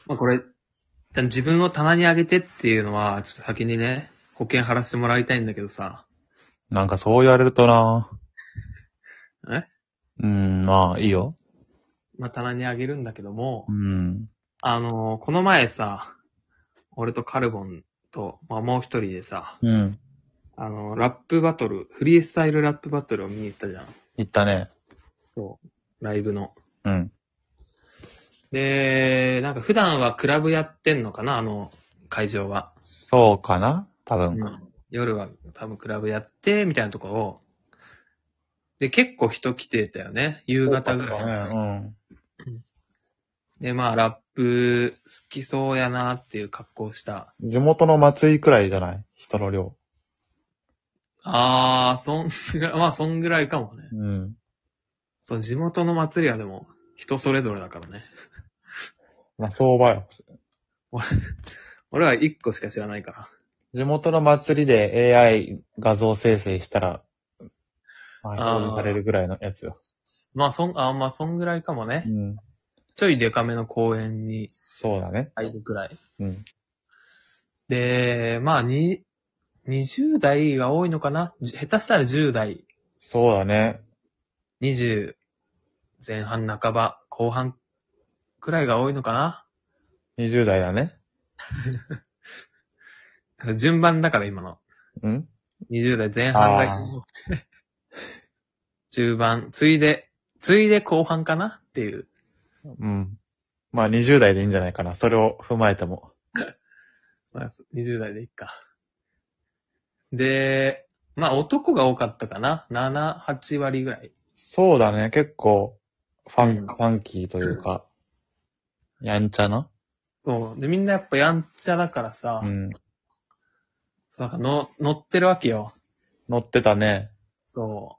まあこれ、じゃあ自分を棚に上げてっていうのは、ちょっと先にね、保険払ってもらいたいんだけどさ。 なんかそう言われるとな。 えまあいいよ。 まあ棚に上げるんだけども、 うん。 この前さ、俺とカルボンと、まあもう一人でさ、 うん。 ラップバトル、フリースタイルラップバトルを見に行ったじゃん。 言ったね。 そう。ライブの。 うん。 で、なんか普段はクラブやってんのかな会場は。 そうかな多分。 夜は多分クラブやって、みたいなところを。で、結構人来てたよね。夕方ぐらい。 ね。 で、まあ、ラップ好きそうやなっていう格好をした。 うん。地元の祭りくらいじゃない人の量。 まあ、そんぐらいかもね。 うん。 そう、地元の祭りはでも、人それぞれだからね。 まあ相場よ。 俺は一個しか知らないから。 地元の祭りで AI 画像生成したら、まあ表示されるぐらいのやつよ。 まあ、そんぐらいかもね。 うん。 ちょいデカめの公園にそうだね。 入るくらい。 うん。 で、まあ、20代が多いのかな下手したら10代、 そうだね。 20前半半ば、後半くらいが多いのかな 20代だね。 順番だから今の。 うん 20代前半が一番多くて、中盤、ついで後半かなっていう。 うん。まあ20代でいいんじゃないかな。それを踏まえても。 まあ、20代でいいか。で、まあ男が多かったかな ?7、8割ぐらい。 そうだね。結構、 うんファンキーというか、やんちゃなそう。で、みんなやっぱやんちゃだからさ、 うん。 そうなんか乗ってるわけよ。 乗ってたね。 そう。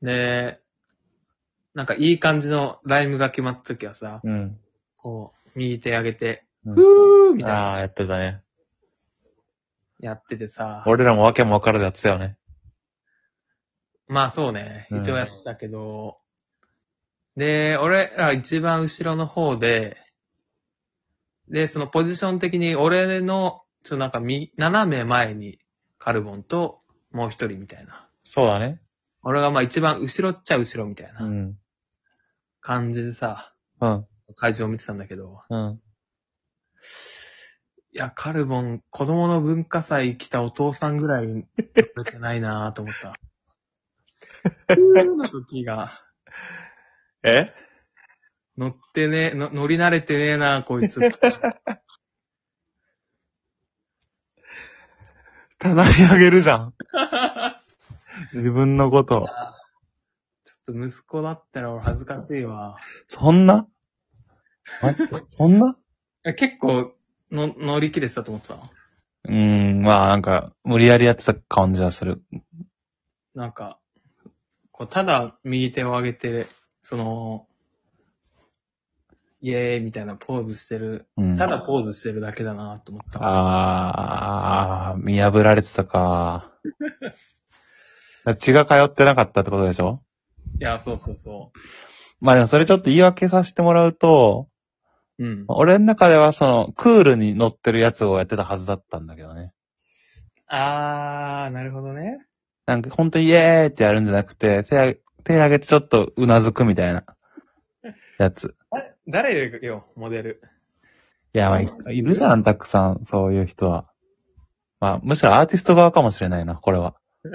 で、なんかいい感じのライムが決まった時はさ、 うん。 こう、右手上げて、 うんふーみたいな、 ああ、やってたね。 やっててさ、 俺らもわけもわからずやってたよね。 まあそうね、 うん一応やってたけど、で、俺ら一番後ろの方で、で、そのポジション的に俺の、なんか斜め前にカルボンともう一人みたいな。 そうだね。 俺がまあ一番後ろっちゃ後ろみたいなうん。 感じでさ、 うん。 会場を見てたんだけど、 うん。 いや、カルボン、子供の文化祭来たお父さんぐらい乗れてないなぁと思った。の時が、 え乗ってね、乗り慣れてねえな、こいつ。 棚にあげるじゃん。自分のこと。 ちょっと息子だったら俺恥ずかしいわ。 そんな待って、そんな結構乗り切れてたと思ってた。 まあなんか、無理やりやってた感じはする。 なんか、こう、ただ右手を上げて、イエーイみたいなポーズしてる。 うん。 ただポーズしてるだけだなと思った。 見破られてたか。血が通ってなかったってことでしょいや、そうそうそまあでもそれちょっと言い訳させてもらうと、 う。うん。 俺の中ではクールに乗ってるやつをやってたはずだったんだけどね。 なるほどね。 なんかほんとイエーイってやるんじゃなくて、手上げてちょっとうなずくみたいなやつ。 誰よ、モデル。 いや、まあ、いるじゃん、たくさん、そういう人は。まあ、むしろアーティスト側かもしれないな、これは。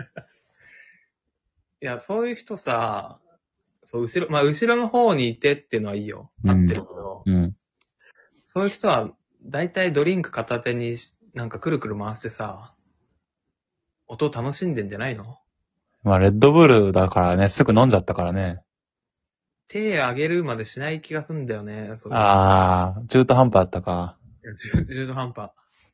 いや、そういう人さ、そう、後ろの方にいてっていうのはいいよ。 うん合ってるけど、 うん。 そういう人は、だいたいドリンク片手になんかくるくる回してさ、音楽しんでんじゃないの？ まあ、レッドブルだからね、すぐ飲んじゃったからね。 手上げるまでしない気がすんだよね、そういう。 中途半端だったか。 いや中途半端。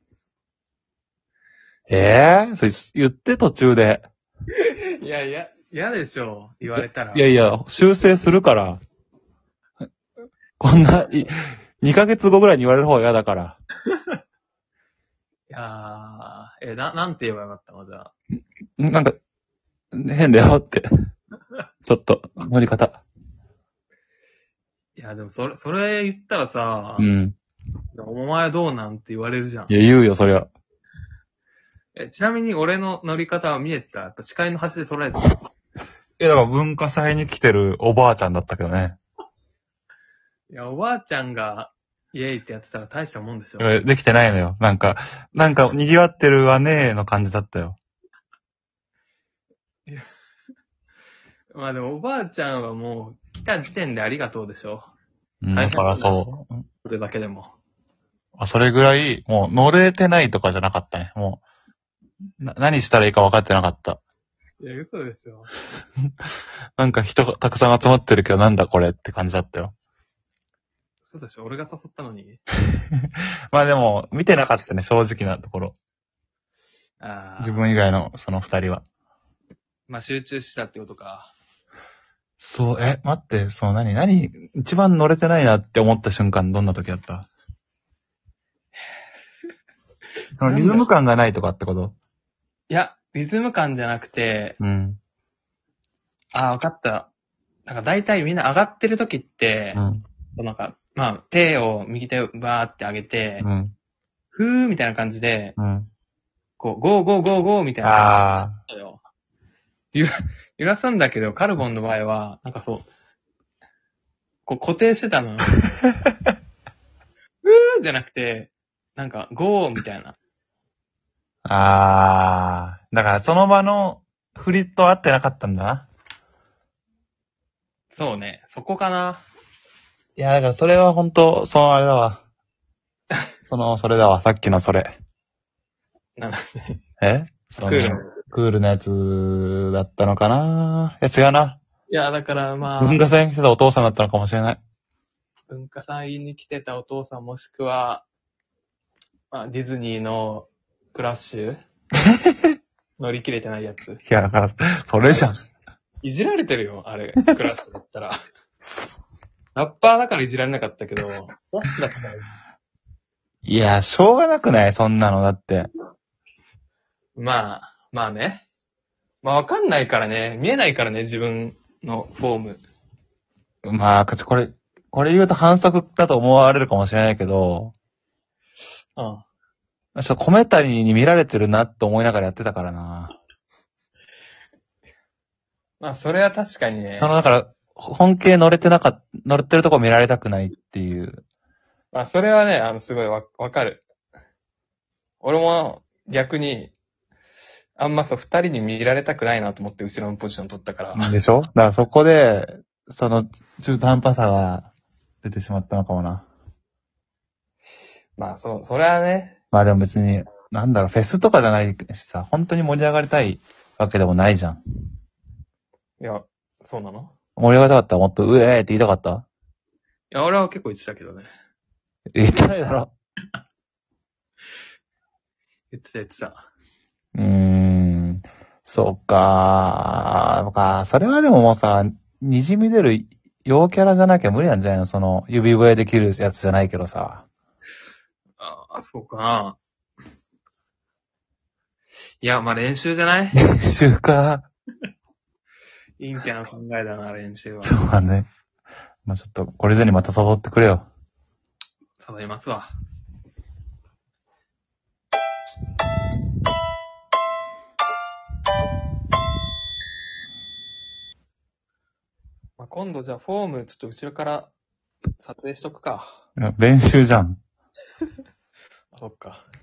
それ言って途中で。 いや、嫌でしょ、言われたら。 いやいや、修正するから。こんな、2ヶ月後ぐらいに言われる方が嫌だから。 いやなんて言えばよかったのじゃあ。 なんか、変だよって。ちょっと、乗り方。 いや、でもそれ言ったらさ、 うん。 お前どうなんって言われるじゃん。 いや、言うよ、そりゃ。 ちなみに俺の乗り方は見えてた。やっぱ誓いの端で捉えてた。 だから文化祭に来てるおばあちゃんだったけどね。 いや、おばあちゃんが、イエイってやってたら大したもんでしょ。 できてないのよ。なんか、賑わってるわねーの感じだったよ。 まあでもおばあちゃんはもう、来た時点でありがとうでしょ。 だからそう。 それだけでも。 それぐらい、もう乗れてないとかじゃなかったね。もう、何したらいいか分かってなかった。 いや、嘘ですよ。 なんか人がたくさん集まってるけどなんだこれって感じだったよ。 嘘でしょ。俺が誘ったのに。 まあでも、見てなかったね、正直なところ。自分以外のその二人は。 まあ集中してたってことか。 そう、待って、一番乗れてないなって思った瞬間どんな時だったそのリズム感がないとかってこと？ いや、リズム感じゃなくて、 うん。 わかった。なんか大体みんな上がってる時って、 うん。 なんか、まあ、手を右手をバーって上げて、 うん。 ふーみたいな感じで、 うん。 こう、ゴーゴーゴーゴーみたいなあ感じだよ。揺らすんだけど、カルボンの場合は、なんかそう、こう固定してたの。ふーじゃなくて、なんか、ゴーみたいな。 だからその場の振りと合ってなかったんだな。 そうね、そこかな。 いや、だからそれは本当あれだわ。それだわ、さっきのそれ。 なんだクールなやつだったのかな。いや、違うな。 いや、だからまあ、 文化祭に来てたお父さんだったのかもしれない。 文化祭に来てたお父さんもしくは、まあ、ディズニーのクラッシュ乗り切れてないやつ。 いや、だから、それじゃん。 いじられてるよ、あれ、クラッシュだったら。ラッパーだからいじられなかったけど、クラッシュだったら。 いや、しょうがなくないそんなの、だって。 まあね。まあわかんないからね、見えないからね、自分のフォーム。 まあ、これ言うと反則だと思われるかもしれないけど、 うん。 米谷に見られてるなって思いながらやってたからな。 まあそれは確かにね。 だから、本気で乗れてるとこ見られたくないっていう。 まあそれはね、すごいわかる。俺も逆に、あんまそう、二人に見られたくないなと思って後ろのポジション取ったから。 でしょ？だからそこで、中途半端さが出てしまったのかもな。 まあそれはね。 まあでも別に、フェスとかじゃないしさ、本当に盛り上がりたいわけでもないじゃん。 いや、そうなの？ 盛り上がりたかったらもっと、うえーって言いたかった？ いや、俺は結構言ってたけどね。 言ってないだろ。 言ってた。 そうか。それはでももうさ、滲み出る陽キャラじゃなきゃ無理なんじゃないの？指笛できるやつじゃないけどさ。 そうかな。いや、まあ練習じゃない？ 練習か。 陰キャな考えだな、練習は。 そうだね。まあちょっと、これぜにまた誘ってくれよ。 誘いますわ。まあ、今度じゃあフォームちょっと後ろから撮影しとくか。 練習じゃん。 そっか。